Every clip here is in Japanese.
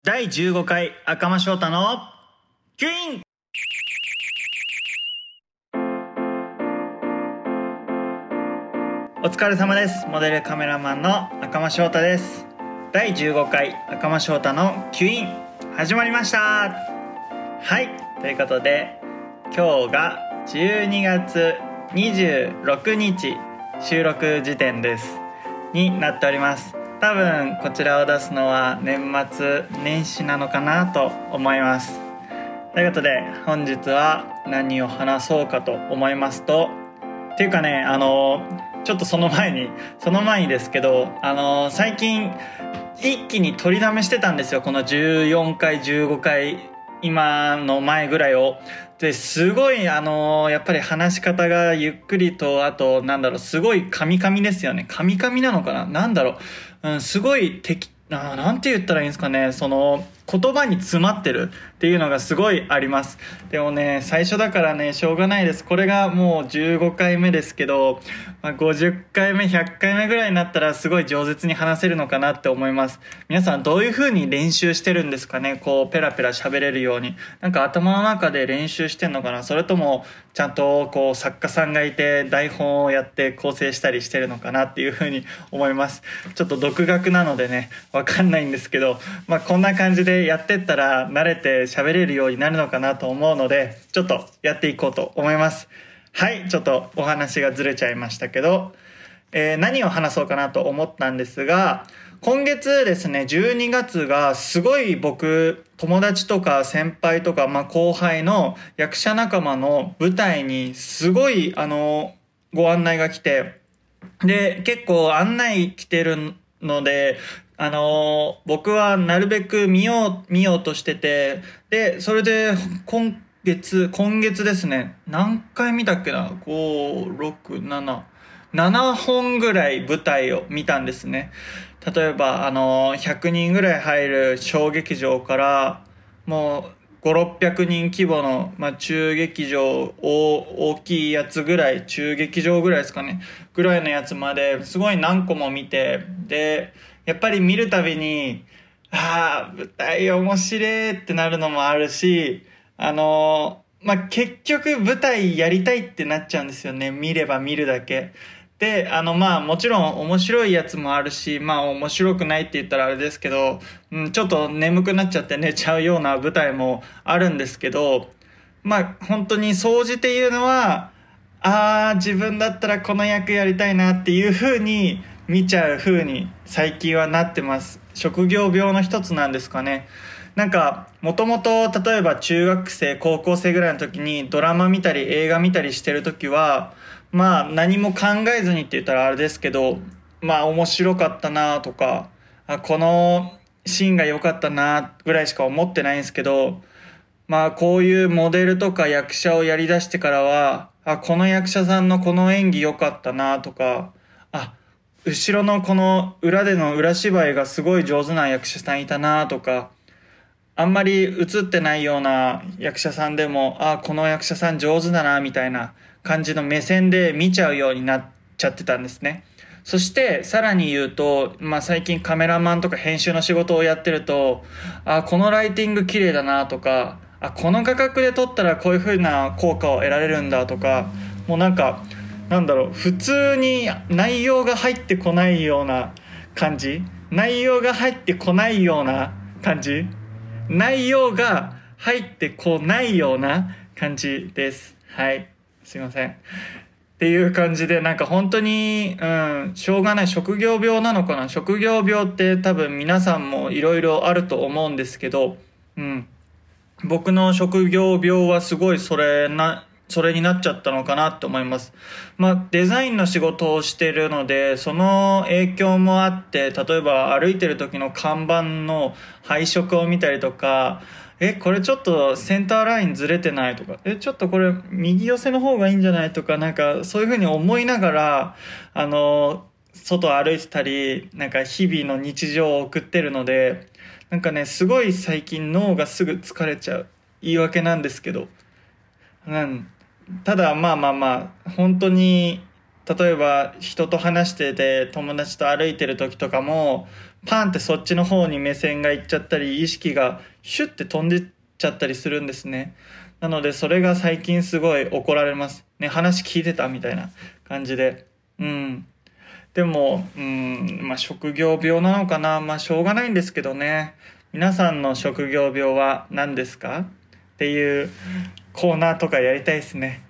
第15回赤間翔太のキュイン。お疲れ様です。モデルカメラマンの赤間翔太です。第15回赤間翔太のキュイン始まりました。はい、ということで今日が12月26日収録時点ですになっております。多分こちらを出すのは年末年始なのかなと思います。ということで本日は何を話そうかと思いますと、っていうかね、ちょっとその前にですけど、最近一気に取りだめしてたんですよ、この14回15回今の前ぐらいを。ですごいやっぱり話し方がゆっくりと、あとすごいカミカミですよね。カミカミなのかな、すごいなんて言ったらいいんですかね、その言葉に詰まってるっていうのがすごいあります。でもね、最初だからねしょうがないです。これがもう15回目ですけど、50回目100回目ぐらいになったらすごい饒舌に話せるのかなって思います。皆さんどういう風に練習してるんですかね。こうペラペラ喋れるように頭の中で練習してんのかな、それともちゃんとこう作家さんがいて台本をやって構成したりしてるのかなっていう風に思います。ちょっと独学なのでねわかんないんですけど、こんな感じでやってったら慣れて喋れるようになるのかなと思うので、ちょっとやっていこうと思います。はい、ちょっとお話がずれちゃいましたけど、何を話そうかなと思ったんですが、今月ですね、12月がすごい僕友達とか先輩とか、後輩の役者仲間の舞台にすごいご案内が来て、で結構案内来てるので僕はなるべく見ようとしてて、でそれで今月ですね、何回見たっけな、7本ぐらい舞台を見たんですね。例えば100人ぐらい入る小劇場から、もう5、600人規模の、中劇場、大きいやつぐらい、中劇場ぐらいですかねぐらいのやつまですごい何個も見て、でやっぱり見るたびに舞台面白いってなるのもあるし、結局舞台やりたいってなっちゃうんですよね、見れば見るだけで。もちろん面白いやつもあるし、面白くないって言ったらあれですけど、ちょっと眠くなっちゃって寝ちゃうような舞台もあるんですけど、本当に総じて言うのは、自分だったらこの役やりたいなっていう風に見ちゃう風に最近はなってます。職業病の一つなんですかね。もともと例えば中学生高校生ぐらいの時にドラマ見たり映画見たりしてる時は何も考えずにって言ったらあれですけど、面白かったなとか、このシーンが良かったなぐらいしか思ってないんですけど、こういうモデルとか役者をやりだしてからは、この役者さんのこの演技良かったなとか、後ろのこの裏での裏芝居がすごい上手な役者さんいたなとか、あんまり映ってないような役者さんでもこの役者さん上手だなみたいな感じの目線で見ちゃうようになっちゃってたんですね。そしてさらに言うと、最近カメラマンとか編集の仕事をやってると、このライティング綺麗だなとか、この画角で撮ったらこういう風な効果を得られるんだとか、もう普通に内容が入ってこないような感じ、内容が入ってこないような感じです。はい、すいませんっていう感じで、本当にしょうがない職業病なのかな。職業病って多分皆さんもいろいろあると思うんですけど、僕の職業病はすごいそれになっちゃったのかなって思います。デザインの仕事をしてるので、その影響もあって、例えば歩いてる時の看板の配色を見たりとか、これちょっとセンターラインずれてないとか、ちょっとこれ右寄せの方がいいんじゃないとか、そういう風に思いながら外歩いてたり、日々の日常を送ってるので、すごい最近脳がすぐ疲れちゃう。言い訳なんですけど、ただ本当に例えば人と話してて友達と歩いてる時とかもパンってそっちの方に目線がいっちゃったり、意識がシュッて飛んでっちゃったりするんですね。なのでそれが最近すごい怒られますね。話聞いてたみたいな感じで。でも職業病なのかな。しょうがないんですけどね。皆さんの職業病は何ですかっていうコーナーとかやりたいですね。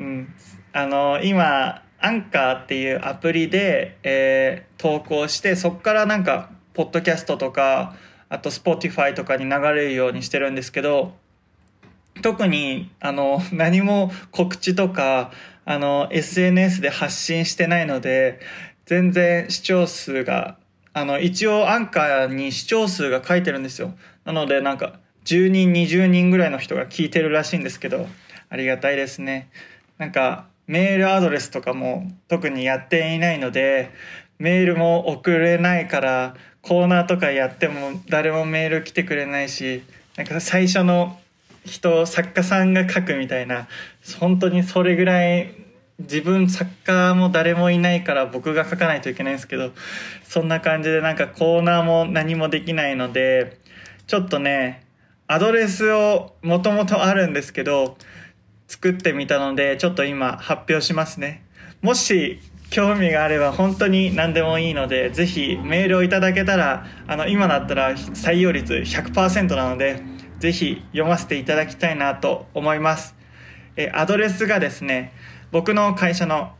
今アンカーっていうアプリで、投稿して、そこからなんかポッドキャストとか、あと Spotify とかに流れるようにしてるんですけど、特に何も告知とかSNS で発信してないので、全然視聴数が一応アンカーに視聴数が書いてるんですよ。なのでなんか10人20人ぐらいの人が聞いてるらしいんですけど、ありがたいですね。なんかメールアドレスとかも特にやっていないので、メールも送れないから、コーナーとかやっても誰もメール来てくれないし、なんか最初の作家さんが書くみたいな、本当にそれぐらい、自分作家も誰もいないから僕が書かないといけないんですけど、そんな感じでなんかコーナーも何もできないので、ちょっとねアドレスをもともとあるんですけど作ってみたので、ちょっと今発表しますね。もし興味があれば本当に何でもいいので、ぜひメールをいただけたら、今だったら採用率 100% なので、ぜひ読ませていただきたいなと思います。アドレスがですね、僕の会社の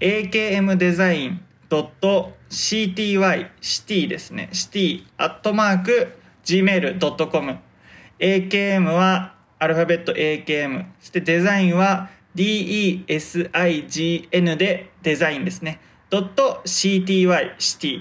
akmdesign.cty シティですね、シティ@gmail.com。 akm はアルファベット akm、 そしてデザインは design でデザインですね、.cty シティ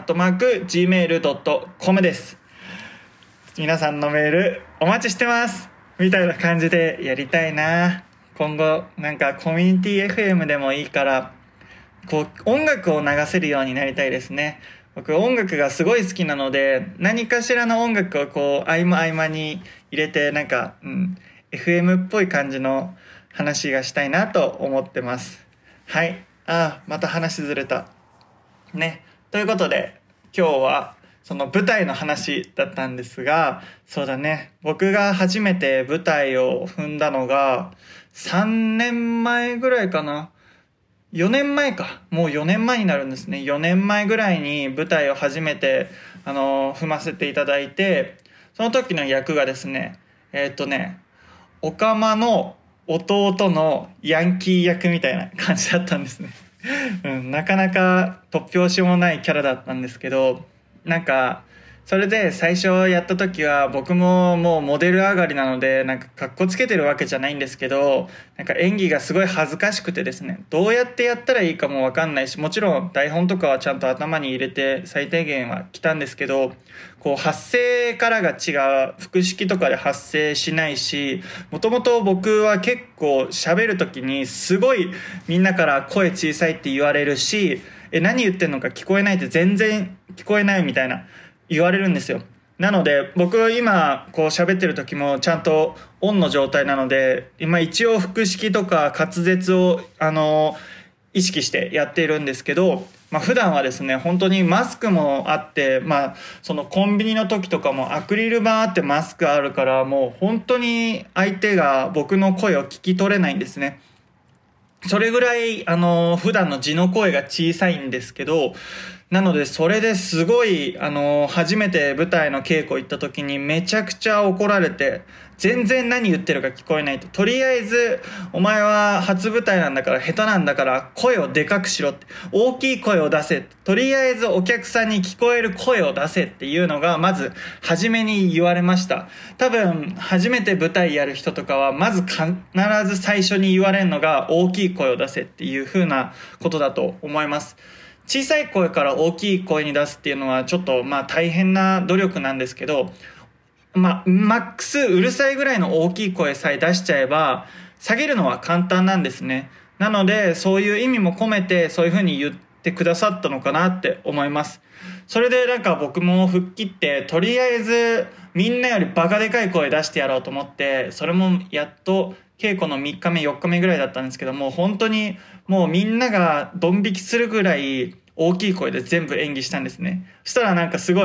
@gmail.com です。皆さんのメールお待ちしてますみたいな感じでやりたいな。今後なんかコミュニティ FM でもいいから、こう音楽を流せるようになりたいですね。僕音楽がすごい好きなので、何かしらの音楽をこう合間に入れて、なんか、FM っぽい感じの話がしたいなと思ってます。はい。また話ずれたね。ということで今日はその舞台の話だったんですが、そうだね、僕が初めて舞台を踏んだのが3年前ぐらいかな。4年前か。もう4年前になるんですね。4年前ぐらいに舞台を初めて踏ませていただいて、その時の役がですね、オカマの弟のヤンキー役みたいな感じだったんですね。なかなか突拍子もないキャラだったんですけど、なんかそれで最初やった時は、僕ももうモデル上がりなので、なんかかっこつけてるわけじゃないんですけど、なんか演技がすごい恥ずかしくてですね、どうやってやったらいいかもわかんないし、もちろん台本とかはちゃんと頭に入れて最低限は来たんですけど、こう発声からが違う、腹式とかで発声しないし、もともと僕は結構喋る時にすごいみんなから声小さいって言われるし、何言ってんのか聞こえないって、全然聞こえないみたいな言われるんですよ。なので僕今こう喋ってる時もちゃんとオンの状態なので、今一応腹式とか滑舌を意識してやっているんですけど、普段はですね、本当にマスクもあって、そのコンビニの時とかもアクリル板あってマスクあるから、もう本当に相手が僕の声を聞き取れないんですね。それぐらい普段の地の声が小さいんですけど、なのでそれですごい初めて舞台の稽古行った時にめちゃくちゃ怒られて、全然何言ってるか聞こえないと。とりあえずお前は初舞台なんだから、下手なんだから声をでかくしろって、大きい声を出せって、とりあえずお客さんに聞こえる声を出せっていうのがまず初めに言われました。多分初めて舞台やる人とかはまず必ず最初に言われるのが大きい声を出せっていう風なことだと思います。小さい声から大きい声に出すっていうのはちょっと大変な努力なんですけど、マックスうるさいぐらいの大きい声さえ出しちゃえば下げるのは簡単なんですね。なのでそういう意味も込めてそういう風に言ってくださったのかなって思います。それでなんか僕も吹っ切って、とりあえずみんなよりバカでかい声出してやろうと思って、それもやっと稽古の3日目4日目ぐらいだったんですけども、本当にもうみんながドン引きするぐらい大きい声で全部演技したんですね。そしたらなんかすごい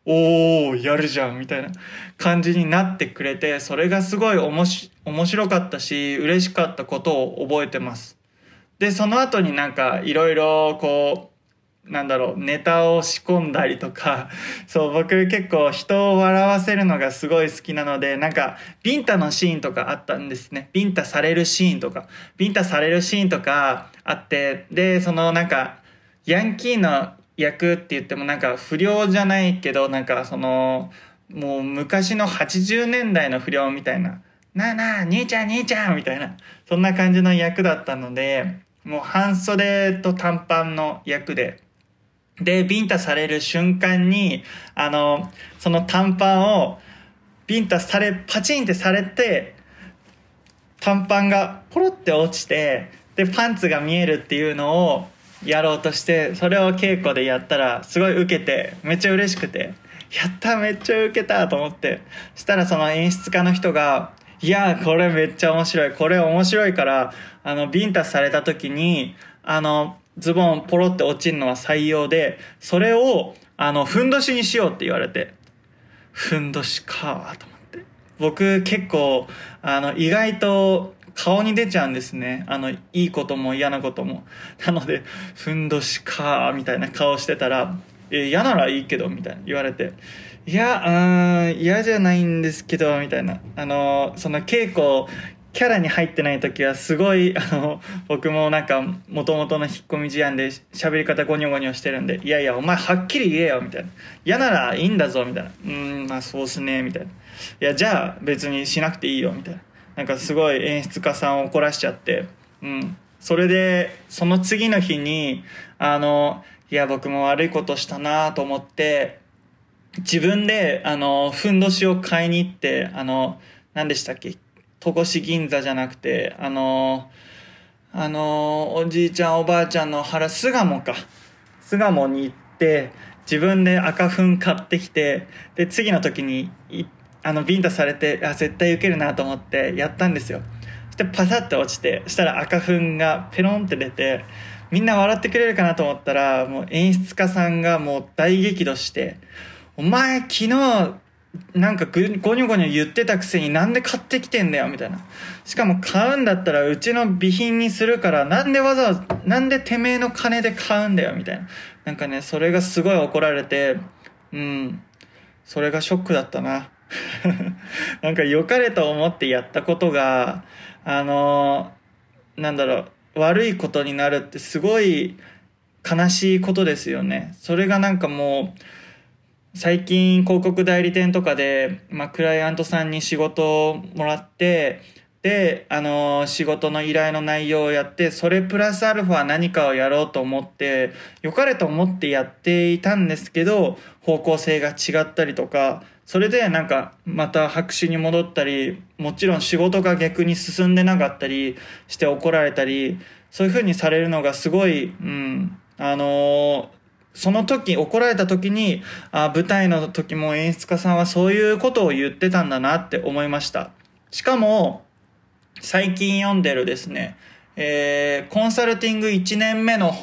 おーやるじゃんみたいな感じになってくれて、それがすごい面白かったし嬉しかったことを覚えてます。でその後になんかいろいろこうネタを仕込んだりとかそう僕結構人を笑わせるのがすごい好きなので、なんかビンタのシーンとかあったんですね。ビンタされるシーンとかあって、でそのなんかヤンキーの役って言ってもなんか不良じゃないけど、なんかそのもう昔の80年代の不良みたいな、なあなあ兄ちゃんみたいな、そんな感じの役だったので、もう半袖と短パンの役でビンタされる瞬間にその短パンをパチンってされて、短パンがポロって落ちて、でパンツが見えるっていうのをやろうとして、それを稽古でやったらすごいウケて、めっちゃ嬉しくて、やっためっちゃウケたと思って、したらその演出家の人が、いやこれめっちゃ面白い、これ面白いからビンタされた時にズボンポロって落ちるのは採用で、それをふんどしにしようって言われて、ふんどしかと思って、僕結構意外と顔に出ちゃうんですね。いいことも嫌なことも。なのでふんどしかみたいな顔してたら、嫌ならいいけどみたいな言われて、いや嫌じゃないんですけどみたいな、その稽古キャラに入ってない時はすごい僕もなんか元々の引っ込み思案で喋り方ゴニョゴニョしてるんで、いやいやお前はっきり言えよみたいな、嫌ならいいんだぞみたいな、まあそうっすねみたいな、いやじゃあ別にしなくていいよみたいな、なんかすごい演出家さんを怒らしちゃって、それでその次の日にいや僕も悪いことしたなと思って自分でふんどしを買いに行って、何でしたっけ、戸越銀座じゃなくておじいちゃんおばあちゃんの巣鴨に行って自分で赤粉買ってきて、で次の時にビンタされて、絶対受けるなと思ってやったんですよ。そしてパサッて落ちて、したら赤粉がペロンって出て、みんな笑ってくれるかなと思ったら、もう演出家さんがもう大激怒して、お前昨日なんかゴニョゴニョ言ってたくせになんで買ってきてんだよみたいな、しかも買うんだったらうちの備品にするからなんでわざわざなんでてめえの金で買うんだよみたいな、なんかねそれがすごい怒られて、それがショックだったななんか良かれと思ってやったことが悪いことになるってすごい悲しいことですよね。それがなんかもう最近広告代理店とかで、クライアントさんに仕事をもらって、で仕事の依頼の内容をやって、それプラスアルファ何かをやろうと思って良かれと思ってやっていたんですけど、方向性が違ったりとか、それでなんかまた白紙に戻ったり、もちろん仕事が逆に進んでなかったりして怒られたり、そういう風にされるのがすごいその時怒られた時に、舞台の時も演出家さんはそういうことを言ってたんだなって思いました。しかも最近読んでるですね、コンサルティング1年目の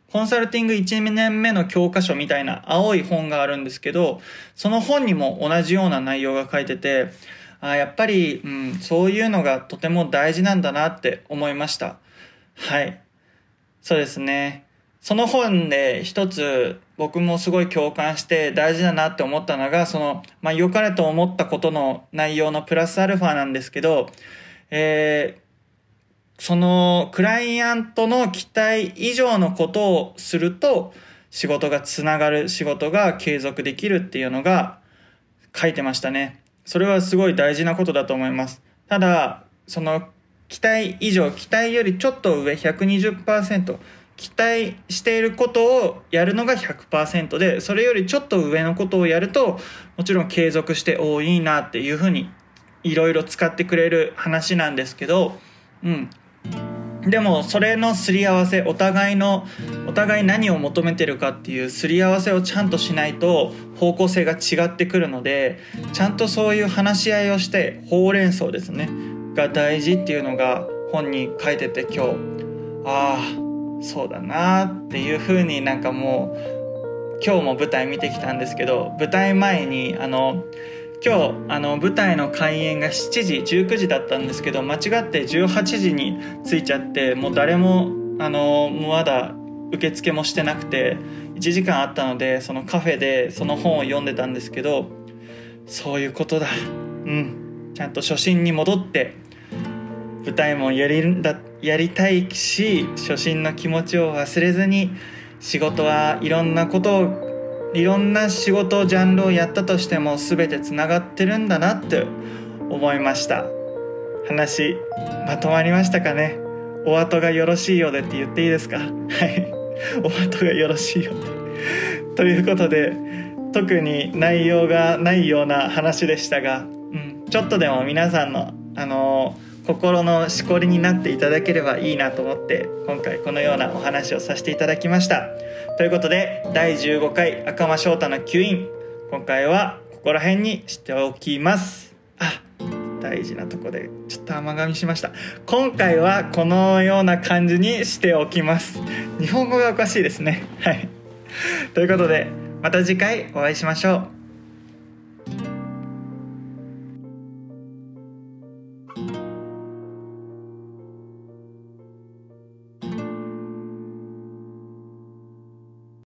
教科書みたいな青い本があるんですけど、その本にも同じような内容が書いてて、やっぱり、そういうのがとても大事なんだなって思いました。はい。そうですね。その本で一つ僕もすごい共感して大事だなって思ったのが、良かれと思ったことの内容のプラスアルファなんですけど、そのクライアントの期待以上のことをすると仕事がつながる、仕事が継続できるっていうのが書いてましたね。それはすごい大事なことだと思います。ただその期待よりちょっと上 120%、期待していることをやるのが 100% で、それよりちょっと上のことをやるともちろん継続していいなっていうふうにいろいろ使ってくれる話なんですけど、でもそれのすり合わせ、お互い何を求めてるかっていうすり合わせをちゃんとしないと方向性が違ってくるので、ちゃんとそういう話し合いをして、ほうれん草ですねが大事っていうのが本に書いてて、今日そうだなっていう風になんかもう今日も舞台見てきたんですけど、舞台前に今日舞台の開演が7時19時だったんですけど、間違って18時に着いちゃって、もう誰もまだ受付もしてなくて1時間あったので、そのカフェでその本を読んでたんですけど、そういうことだ、ちゃんと初心に戻って舞台もやりたいし、初心の気持ちを忘れずに、仕事はいろんな仕事ジャンルをやったとしても全てつながってるんだなって思いました。話まとまりましたかね。お後がよろしいようでって言っていいですか？はい、お後がよろしいようでということで、特に内容がないような話でしたが、ちょっとでも皆さんの心のしこりになっていただければいいなと思って、今回このようなお話をさせていただきました。ということで、第15回赤間翔太の吸引、今回はここら辺にしておきます。大事なとこでちょっと甘噛みしました。今回はこのような感じにしておきます。日本語がおかしいですね。はい。ということで、また次回お会いしましょう。